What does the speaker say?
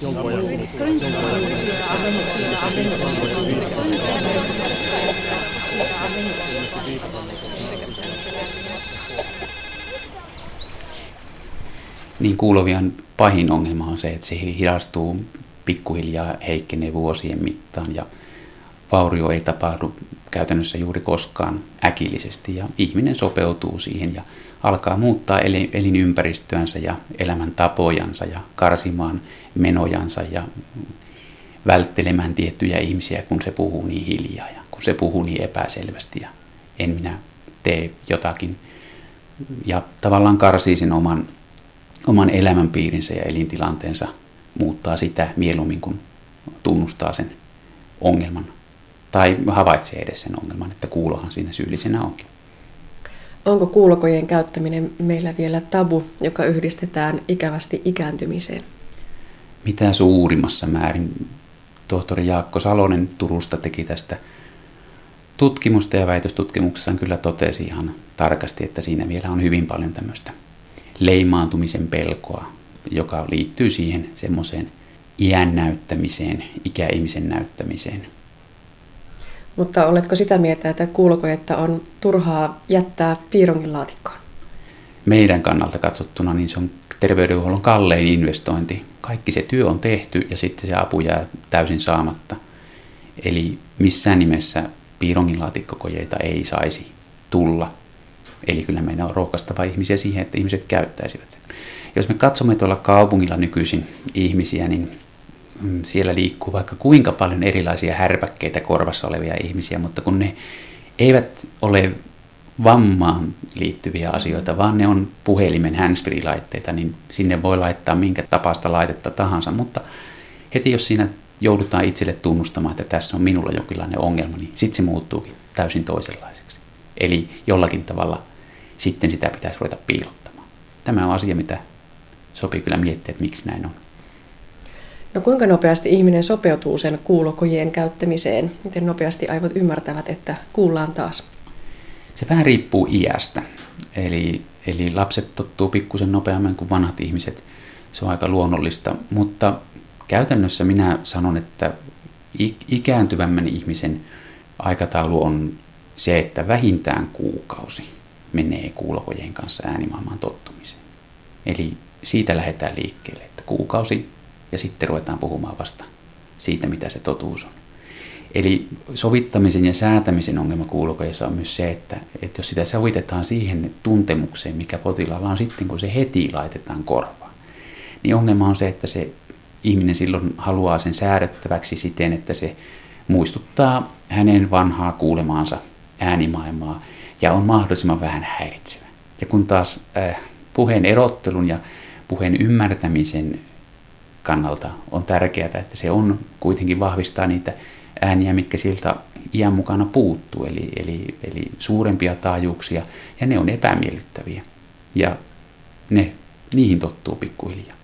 Niin kuulovien pahin ongelma on se, että se hidastuu pikkuhiljaa, heikkenee vuosien mittaan ja vaurio ei tapahdu käytännössä juuri koskaan äkillisesti ja ihminen sopeutuu siihen ja alkaa muuttaa elinympäristöänsä ja elämäntapojansa ja karsimaan menojansa ja välttelemään tiettyjä ihmisiä, kun se puhuu niin hiljaa ja kun se puhuu niin epäselvästi ja en minä tee jotakin. Ja tavallaan karsii sen oman elämänpiirinsä ja elintilanteensa, muuttaa sitä mieluummin kuin tunnustaa sen ongelman tai havaitsee edes sen ongelman, että kuulohan siinä syyllisenä onkin. Onko kuulokojen käyttäminen meillä vielä tabu, joka yhdistetään ikävästi ikääntymiseen? Mitä suurimmassa määrin. Tohtori Jaakko Salonen Turusta teki tästä tutkimusta ja väitöstutkimuksessaan kyllä totesi ihan tarkasti, että siinä vielä on hyvin paljon tämmöistä leimaantumisen pelkoa, joka liittyy siihen semmoiseen iän näyttämiseen, ikäihmisen näyttämiseen. Mutta oletko sitä mieltä, että kuulokojetta on turhaa jättää piirongin laatikkoon? Meidän kannalta katsottuna niin se on terveydenhuollon kallein investointi. Kaikki se työ on tehty ja sitten se apu jää täysin saamatta. Eli missään nimessä piironginlaatikkokojeita ei saisi tulla. Eli kyllä meidän on rohkaistava ihmisiä siihen, että ihmiset käyttäisivät. Jos me katsomme tuolla kaupungilla nykyisin ihmisiä, niin siellä liikkuu vaikka kuinka paljon erilaisia härpäkkeitä korvassa olevia ihmisiä, mutta kun ne eivät ole vammaan liittyviä asioita, vaan ne on puhelimen handsfree-laitteita, niin sinne voi laittaa minkä tapaista laitetta tahansa, mutta heti jos siinä joudutaan itselle tunnustamaan, että tässä on minulla jonkinlainen ongelma, niin sitten se muuttuukin täysin toisenlaiseksi. Eli jollakin tavalla sitten sitä pitäisi ruveta piilottamaan. Tämä on asia, mitä sopii kyllä miettiä, että miksi näin on. No kuinka nopeasti ihminen sopeutuu sen kuulokojien käyttämiseen? Miten nopeasti aivot ymmärtävät, että kuullaan taas? Se vähän riippuu iästä. Eli lapset tottuu pikkusen nopeammin kuin vanhat ihmiset. Se on aika luonnollista, mutta käytännössä minä sanon, että ikääntyvämmän ihmisen aikataulu on se, että vähintään kuukausi menee kuulokojien kanssa äänimaailmaan tottumiseen. Eli siitä lähdetään liikkeelle, että kuukausi ja sitten ruvetaan puhumaan vasta siitä, mitä se totuus on. Eli sovittamisen ja säätämisen ongelma kuulokojeissa on myös se, että jos sitä sovitetaan siihen tuntemukseen, mikä potilaalla on sitten, kun se heti laitetaan korvaan, niin ongelma on se, että se ihminen silloin haluaa sen säädettäväksi siten, että se muistuttaa hänen vanhaa kuulemaansa äänimaailmaa ja on mahdollisimman vähän häiritsevä. Ja kun taas puheen erottelun ja puheen ymmärtämisen kannalta on tärkeää, että se on kuitenkin vahvistaa niitä ääniä, mitkä siltä iän mukana puuttuu, eli suurempia taajuuksia, ja ne on epämiellyttäviä, ja niihin tottuu pikkuhiljaa.